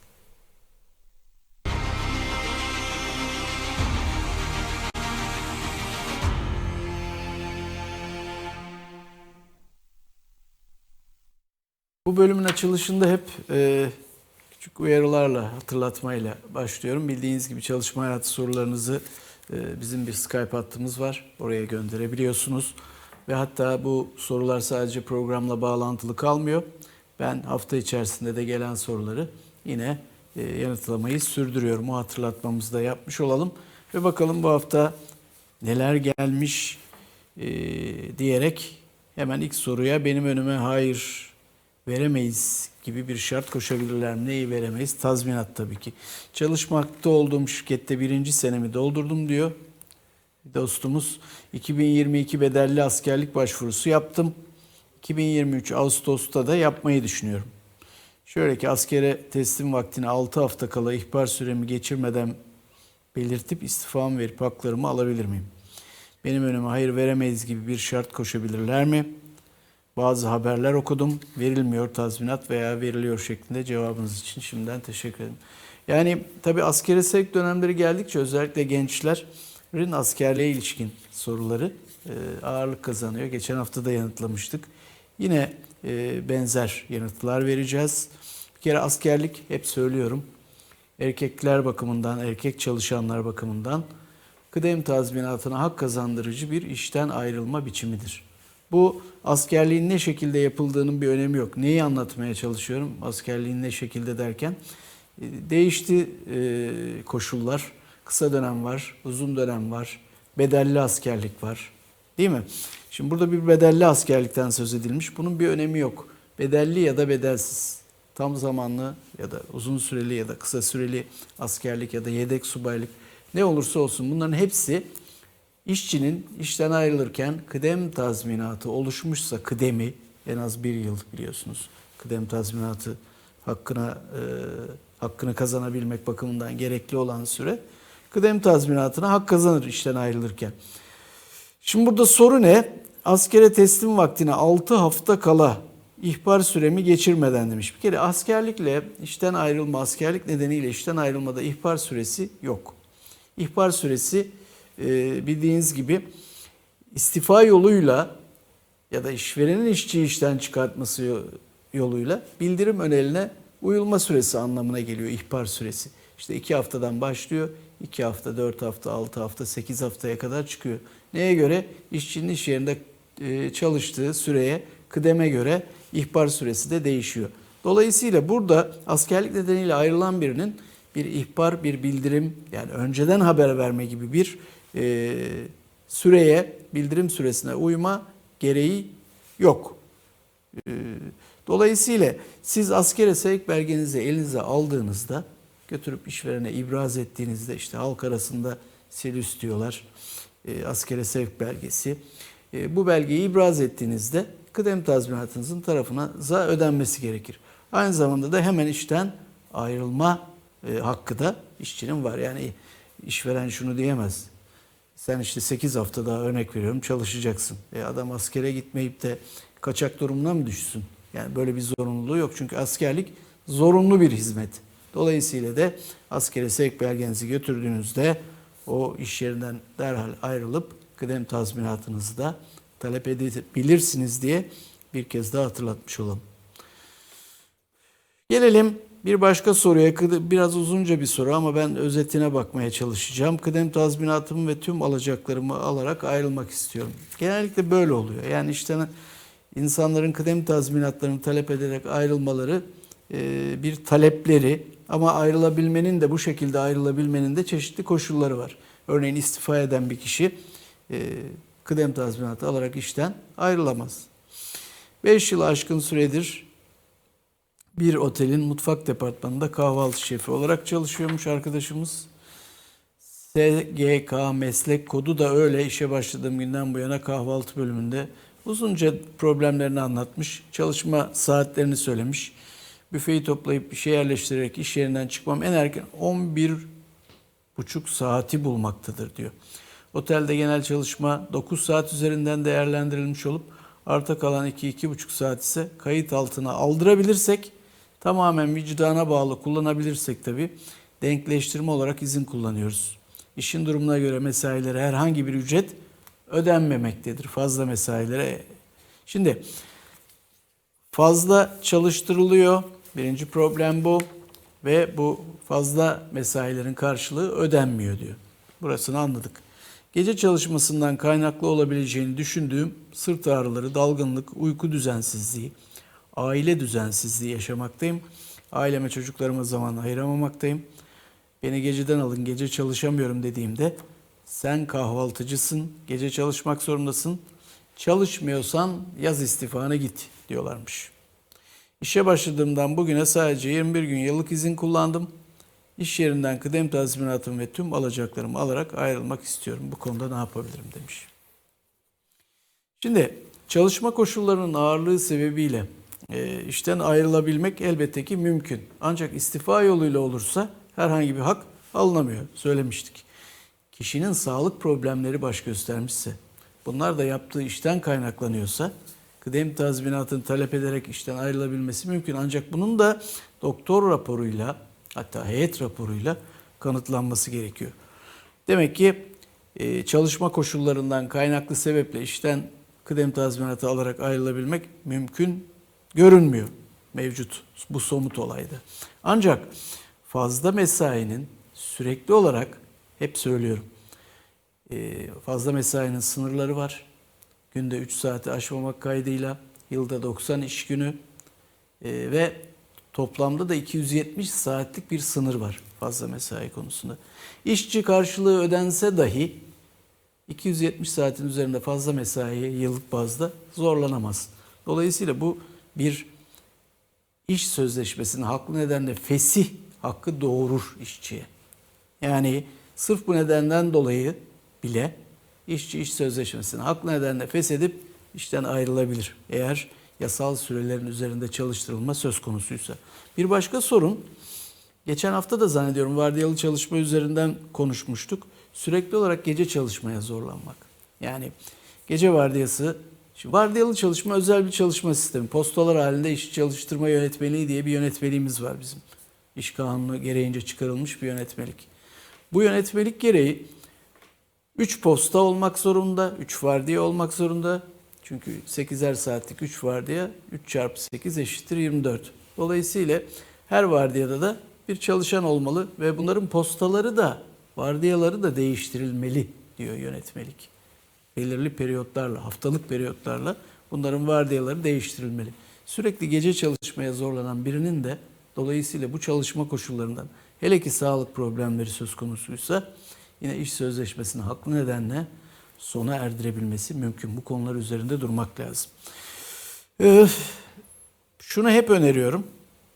Bu bölümün açılışında hep e, küçük uyarılarla, hatırlatmayla başlıyorum. Bildiğiniz gibi çalışma hayatı sorularınızı e, bizim bir Skype hattımız var. Oraya gönderebiliyorsunuz. Ve hatta bu sorular sadece programla bağlantılı kalmıyor. Ben hafta içerisinde de gelen soruları yine e, yanıtlamayı sürdürüyorum. O hatırlatmamızı da yapmış olalım. Ve bakalım bu hafta neler gelmiş e, diyerek hemen ilk soruya benim önüme hayır veremeyiz gibi bir şart koşabilirler mi? Neyi veremeyiz? Tazminat tabii ki. Çalışmakta olduğum şirkette birinci senemi doldurdum diyor dostumuz. iki bin yirmi iki bedelli askerlik başvurusu yaptım. iki bin yirmi üç Ağustos'ta da yapmayı düşünüyorum. Şöyle ki askere teslim vaktine altı hafta kala ihbar süremi geçirmeden belirtip istifamı verip haklarımı alabilir miyim? Benim önüme hayır veremeyiz gibi bir şart koşabilirler mi? Bazı haberler okudum. Verilmiyor tazminat veya veriliyor şeklinde cevabınız için şimdiden teşekkür ederim. Yani tabii askere sevk dönemleri geldikçe özellikle gençlerin askerliğe ilişkin soruları e, ağırlık kazanıyor. Geçen hafta da yanıtlamıştık. Yine e, benzer yanıtlar vereceğiz. Bir kere askerlik hep söylüyorum. Erkekler bakımından, erkek çalışanlar bakımından kıdem tazminatına hak kazandırıcı bir işten ayrılma biçimidir. Bu askerliğin ne şekilde yapıldığının bir önemi yok. Neyi anlatmaya çalışıyorum askerliğin ne şekilde derken? Değişti koşullar. Kısa dönem var, uzun dönem var, bedelli askerlik var. Değil mi? Şimdi burada bir bedelli askerlikten söz edilmiş. Bunun bir önemi yok. Bedelli ya da bedelsiz. Tam zamanlı ya da uzun süreli ya da kısa süreli askerlik ya da yedek subaylık ne olursa olsun bunların hepsi işçinin işten ayrılırken kıdem tazminatı oluşmuşsa kıdemi en az bir yıl biliyorsunuz. Kıdem tazminatı hakkına e, hakkını kazanabilmek bakımından gerekli olan süre kıdem tazminatına hak kazanır işten ayrılırken. Şimdi burada soru ne? Askere teslim vaktine altı hafta kala ihbar süremi geçirmeden demiş. Bir kere askerlikle işten ayrılma, askerlik nedeniyle işten ayrılmada ihbar süresi yok. İhbar süresi bildiğiniz gibi istifa yoluyla ya da işverenin işçiyi işten çıkartması yoluyla bildirim öneline uyulma süresi anlamına geliyor ihbar süresi. İşte iki haftadan başlıyor, iki hafta, dört hafta, altı hafta, sekiz haftaya kadar çıkıyor. Neye göre? İşçinin iş yerinde çalıştığı süreye, kıdeme göre ihbar süresi de değişiyor. Dolayısıyla burada askerlik nedeniyle ayrılan birinin bir ihbar, bir bildirim yani önceden haber verme gibi bir e, süreye, bildirim süresine uyma gereği yok. E, dolayısıyla siz askere sevk belgenizi elinize aldığınızda götürüp işverene ibraz ettiğinizde işte halk arasında SELÜS diyorlar e, askere sevk belgesi. E, bu belgeyi ibraz ettiğinizde kıdem tazminatınızın tarafınıza ödenmesi gerekir. Aynı zamanda da hemen işten ayrılma e, hakkı da işçinin var. Yani işveren şunu diyemez. Sen işte sekiz hafta daha örnek veriyorum çalışacaksın. E adam askere gitmeyip de kaçak durumuna mı düşsün? Yani böyle bir zorunluluğu yok. Çünkü askerlik zorunlu bir hizmet. Dolayısıyla da askere sevk belgenizi götürdüğünüzde o iş yerinden derhal ayrılıp kıdem tazminatınızı da talep edebilirsiniz diye bir kez daha hatırlatmış olalım. Gelelim bir başka soruya. Biraz uzunca bir soru ama ben özetine bakmaya çalışacağım. Kıdem tazminatımı ve tüm alacaklarımı alarak ayrılmak istiyorum. Genellikle böyle oluyor. Yani işte insanların kıdem tazminatlarını talep ederek ayrılmaları bir talepleri ama ayrılabilmenin de bu şekilde ayrılabilmenin de çeşitli koşulları var. Örneğin istifa eden bir kişi kıdem tazminatı alarak işten ayrılamaz. beş yılı aşkın süredir bir otelin mutfak departmanında kahvaltı şefi olarak çalışıyormuş arkadaşımız. S G K meslek kodu da öyle. İşe başladığım günden bu yana kahvaltı bölümünde uzunca problemlerini anlatmış. Çalışma saatlerini söylemiş. Büfeyi toplayıp bir şey yerleştirerek iş yerinden çıkmam en erken on bir buçuk saati bulmaktadır diyor. Otelde genel çalışma dokuz saat üzerinden değerlendirilmiş olup arta kalan iki iki buçuk saat ise kayıt altına aldırabilirsek tamamen vicdana bağlı kullanabilirsek tabii denkleştirme olarak izin kullanıyoruz. İşin durumuna göre mesailere herhangi bir ücret ödenmemektedir fazla mesailere. Şimdi Fazla çalıştırılıyor. Birinci problem bu. Ve bu fazla mesailerin karşılığı ödenmiyor diyor. Burasını anladık. Gece çalışmasından kaynaklı olabileceğini düşündüğüm sırt ağrıları, dalgınlık, uyku düzensizliği, aile düzensizliği yaşamaktayım. Aileme, çocuklarıma zaman ayıramamaktayım. Beni geceden alın, gece çalışamıyorum dediğimde sen kahvaltıcısın, gece çalışmak zorundasın. Çalışmıyorsan yaz istifanı git diyorlarmış. İşe başladığımdan bugüne sadece yirmi bir gün yıllık izin kullandım. İş yerinden kıdem tazminatımı ve tüm alacaklarımı alarak ayrılmak istiyorum. Bu konuda ne yapabilirim demiş. Şimdi çalışma koşullarının ağırlığı sebebiyle e, işten ayrılabilmek elbette ki mümkün. Ancak istifa yoluyla olursa herhangi bir hak alınamıyor. Söylemiştik. Kişinin sağlık problemleri baş göstermişse, bunlar da yaptığı işten kaynaklanıyorsa kıdem tazminatını talep ederek işten ayrılabilmesi mümkün. Ancak bunun da doktor raporuyla, hatta heyet raporuyla kanıtlanması gerekiyor. Demek ki e, çalışma koşullarından kaynaklı sebeple işten kıdem tazminatı alarak ayrılabilmek mümkün görünmüyor mevcut bu somut olayda. Ancak fazla mesainin sürekli olarak, hep söylüyorum, e, fazla mesainin sınırları var. Günde üç saati aşmamak kaydıyla yılda doksan iş günü e, ve toplamda da iki yüz yetmiş saatlik bir sınır var fazla mesai konusunda. İşçi karşılığı ödense dahi iki yüz yetmiş saatin üzerinde fazla mesaiye yıllık bazda zorlanamaz. Dolayısıyla bu bir iş sözleşmesinin haklı nedenle fesih hakkı doğurur işçiye. Yani sırf bu nedenden dolayı bile işçi iş sözleşmesini haklı nedenle feshedip işten ayrılabilir. Eğer yasal sürelerin üzerinde çalıştırılma söz konusuysa. Bir başka sorun, geçen hafta da zannediyorum vardiyalı çalışma üzerinden konuşmuştuk. Sürekli olarak gece çalışmaya zorlanmak. Yani gece vardiyası, şimdi vardiyalı çalışma özel bir çalışma sistemi. Postalar halinde iş çalıştırma yönetmeliği diye bir yönetmeliğimiz var bizim. İş kanunu gereğince çıkarılmış bir yönetmelik. Bu yönetmelik gereği üç posta olmak zorunda, üç vardiya olmak zorunda. Çünkü sekizer saatlik üç vardiya, üç çarpı sekiz eşittir yirmi dört. Dolayısıyla her vardiyada da bir çalışan olmalı ve bunların postaları da, vardiyaları da değiştirilmeli diyor yönetmelik. Belirli periyotlarla, haftalık periyotlarla bunların vardiyaları değiştirilmeli. Sürekli gece çalışmaya zorlanan birinin de dolayısıyla bu çalışma koşullarından, hele ki sağlık problemleri söz konusuysa, yine iş sözleşmesini haklı nedenle sona erdirebilmesi mümkün. Bu konular üzerinde durmak lazım. Ee, şunu hep öneriyorum.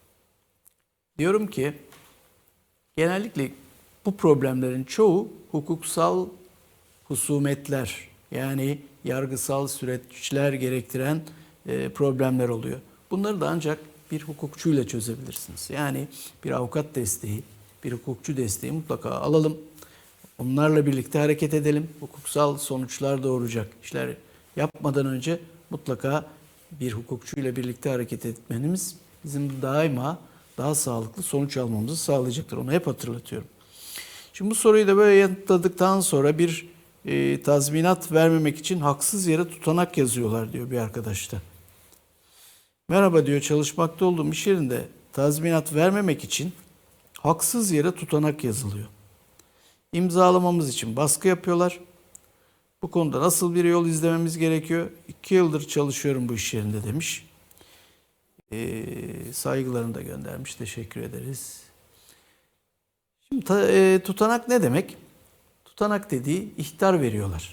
Diyorum ki genellikle bu problemlerin çoğu hukuksal husumetler, yani yargısal süreçler gerektiren e, problemler oluyor. Bunları da ancak bir hukukçuyla çözebilirsiniz. Yani bir avukat desteği, bir hukukçu desteği mutlaka alalım. Onlarla birlikte hareket edelim. Hukuksal sonuçlar doğuracak işler yapmadan önce mutlaka bir hukukçuyla birlikte hareket etmemiz bizim daima daha sağlıklı sonuç almamızı sağlayacaktır. Onu hep hatırlatıyorum. Şimdi bu soruyu da böyle yanıtladıktan sonra bir e, tazminat vermemek için haksız yere tutanak yazıyorlar diyor bir arkadaş da. Merhaba diyor, çalışmakta olduğum iş yerinde tazminat vermemek için haksız yere tutanak yazılıyor. İmzalamamız için baskı yapıyorlar. Bu konuda nasıl bir yol izlememiz gerekiyor? İki yıldır çalışıyorum bu iş yerinde demiş. Ee, saygılarını da göndermiş. Teşekkür ederiz. Şimdi ta, e, tutanak ne demek? Tutanak dediği ihtar veriyorlar.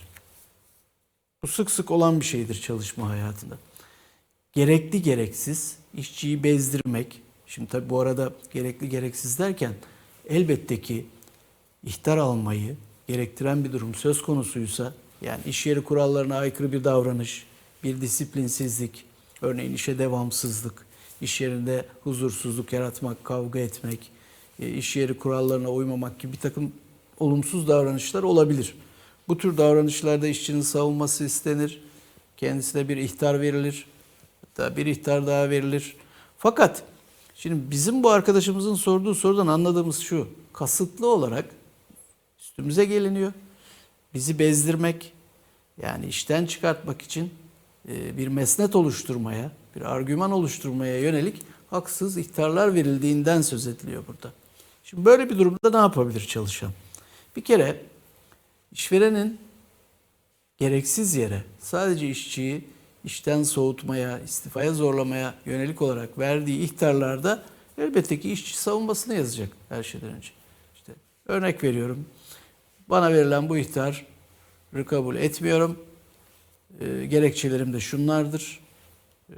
Bu sık sık olan bir şeydir çalışma hayatında. Gerekli gereksiz işçiyi bezdirmek. Şimdi tabii bu arada gerekli gereksiz derken elbette ki ihtar almayı gerektiren bir durum söz konusuysa, yani iş yeri kurallarına aykırı bir davranış, bir disiplinsizlik, örneğin işe devamsızlık, iş yerinde huzursuzluk yaratmak, kavga etmek, iş yeri kurallarına uymamak gibi bir takım olumsuz davranışlar olabilir. Bu tür davranışlarda işçinin savunması istenir, kendisine bir ihtar verilir, hatta bir ihtar daha verilir. Fakat şimdi bizim bu arkadaşımızın sorduğu sorudan anladığımız şu, kasıtlı olarak üstümüze geliniyor. Bizi bezdirmek, yani işten çıkartmak için bir mesnet oluşturmaya, bir argüman oluşturmaya yönelik haksız ihtarlar verildiğinden söz ediliyor burada. Şimdi böyle bir durumda ne yapabilir çalışan? Bir kere işverenin gereksiz yere sadece işçiyi işten soğutmaya, istifaya zorlamaya yönelik olarak verdiği ihtarlarda elbette ki işçi savunmasını yazacak her şeyden önce. İşte örnek veriyorum. Bana verilen bu ihtarı kabul etmiyorum. E, gerekçelerim de şunlardır. E,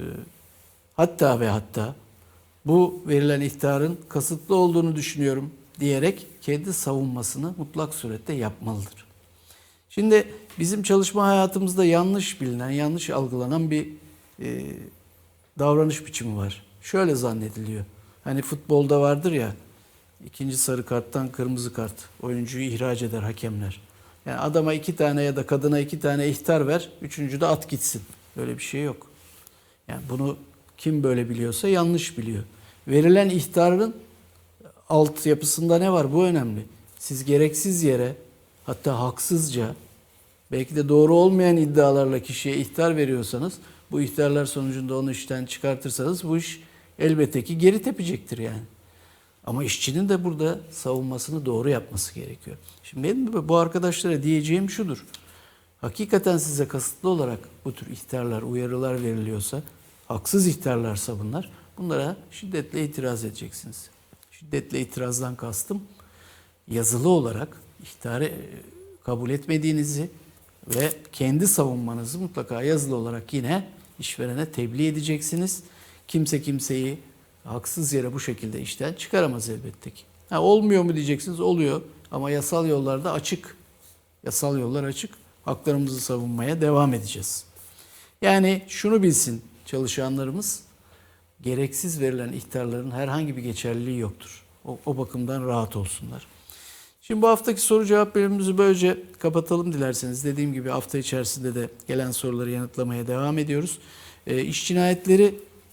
hatta ve hatta bu verilen ihtarın kasıtlı olduğunu düşünüyorum diyerek kendi savunmasını mutlak surette yapmalıdır. Şimdi bizim çalışma hayatımızda yanlış bilinen, yanlış algılanan bir e, davranış biçimi var. Şöyle zannediliyor. Hani futbolda vardır ya, ikinci sarı karttan kırmızı kart oyuncuyu ihraç eder hakemler. Yani adama iki tane ya da kadına iki tane ihtar ver, üçüncü de at gitsin. Böyle bir şey yok. Yani bunu kim böyle biliyorsa yanlış biliyor. Verilen ihtarın altyapısında ne var? Bu önemli. Siz gereksiz yere, hatta haksızca, belki de doğru olmayan iddialarla kişiye ihtar veriyorsanız, bu ihtarlar sonucunda onu işten çıkartırsanız bu iş elbette ki geri tepecektir yani. Ama işçinin de burada savunmasını doğru yapması gerekiyor. Şimdi benim bu arkadaşlara diyeceğim şudur. Hakikaten size kasıtlı olarak bu tür ihtarlar, uyarılar veriliyorsa, haksız ihtarlarsa bunlar, bunlara şiddetle itiraz edeceksiniz. Şiddetle itirazdan kastım yazılı olarak ihtarı kabul etmediğinizi ve kendi savunmanızı mutlaka yazılı olarak yine işverene tebliğ edeceksiniz. Kimse kimseyi haksız yere bu şekilde işten çıkaramaz elbette ki. Ha, olmuyor mu diyeceksiniz, oluyor ama yasal yollarda açık. Yasal yollar açık. Haklarımızı savunmaya devam edeceğiz. Yani şunu bilsin çalışanlarımız, gereksiz verilen ihtarların herhangi bir geçerliliği yoktur. O, o bakımdan rahat olsunlar. Şimdi bu haftaki soru cevap bölümümüzü böylece kapatalım dilerseniz. Dediğim gibi hafta içerisinde de gelen soruları yanıtlamaya devam ediyoruz. E, iş cinayetleri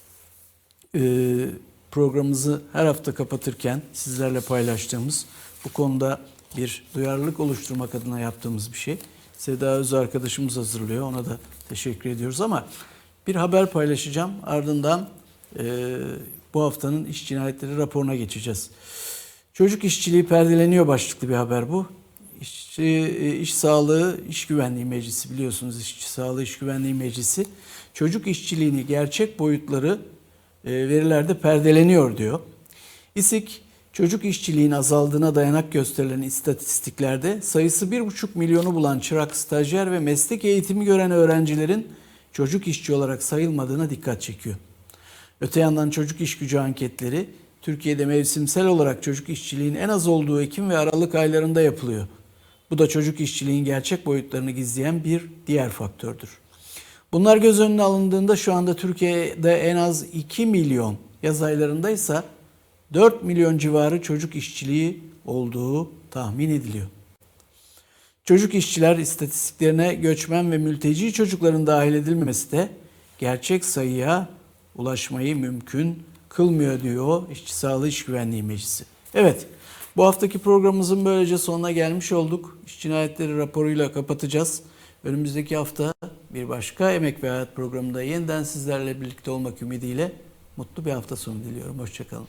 e, programımızı her hafta kapatırken sizlerle paylaştığımız, bu konuda bir duyarlılık oluşturmak adına yaptığımız bir şey. Seda Öz arkadaşımız hazırlıyor. Ona da teşekkür ediyoruz ama bir haber paylaşacağım. Ardından e, bu haftanın iş cinayetleri raporuna geçeceğiz. Çocuk işçiliği perdeleniyor başlıklı bir haber bu. İşçi, İş Sağlığı İş Güvenliği Meclisi, biliyorsunuz İşçi Sağlığı İş Güvenliği Meclisi çocuk işçiliğini gerçek boyutları e, verilerde perdeleniyor diyor. İSİK çocuk işçiliğinin azaldığına dayanak gösterilen istatistiklerde sayısı bir buçuk milyonu bulan çırak, stajyer ve meslek eğitimi gören öğrencilerin çocuk işçi olarak sayılmadığına dikkat çekiyor. Öte yandan çocuk iş gücü anketleri Türkiye'de mevsimsel olarak çocuk işçiliğinin en az olduğu Ekim ve Aralık aylarında yapılıyor. Bu da çocuk işçiliğin gerçek boyutlarını gizleyen bir diğer faktördür. Bunlar göz önüne alındığında şu anda Türkiye'de en az iki milyon, yaz aylarındaysa dört milyon civarı çocuk işçiliği olduğu tahmin ediliyor. Çocuk işçiler istatistiklerine göçmen ve mülteci çocukların dahil edilmemesi de gerçek sayıya ulaşmayı mümkün kılmıyor diyor İşçi Sağlığı İş Güvenliği Meclisi. Evet, bu haftaki programımızın böylece sonuna gelmiş olduk. İş cinayetleri raporuyla kapatacağız. Önümüzdeki hafta bir başka Emek ve Hayat programında yeniden sizlerle birlikte olmak ümidiyle mutlu bir hafta sonu diliyorum. Hoşça kalın.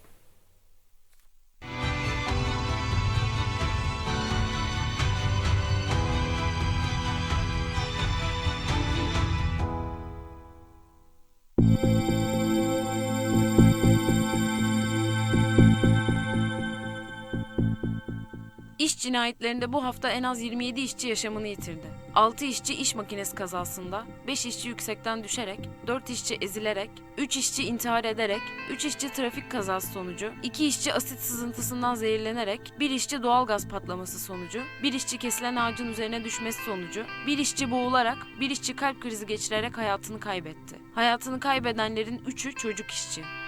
İş cinayetlerinde bu hafta en az yirmi yedi işçi yaşamını yitirdi. altı işçi iş makinesi kazasında, beş işçi yüksekten düşerek, dört işçi ezilerek, üç işçi intihar ederek, üç işçi trafik kazası sonucu, iki işçi asit sızıntısından zehirlenerek, bir işçi doğal gaz patlaması sonucu, bir işçi kesilen ağacın üzerine düşmesi sonucu, bir işçi boğularak, bir işçi kalp krizi geçirerek hayatını kaybetti. Hayatını kaybedenlerin üçü çocuk işçi.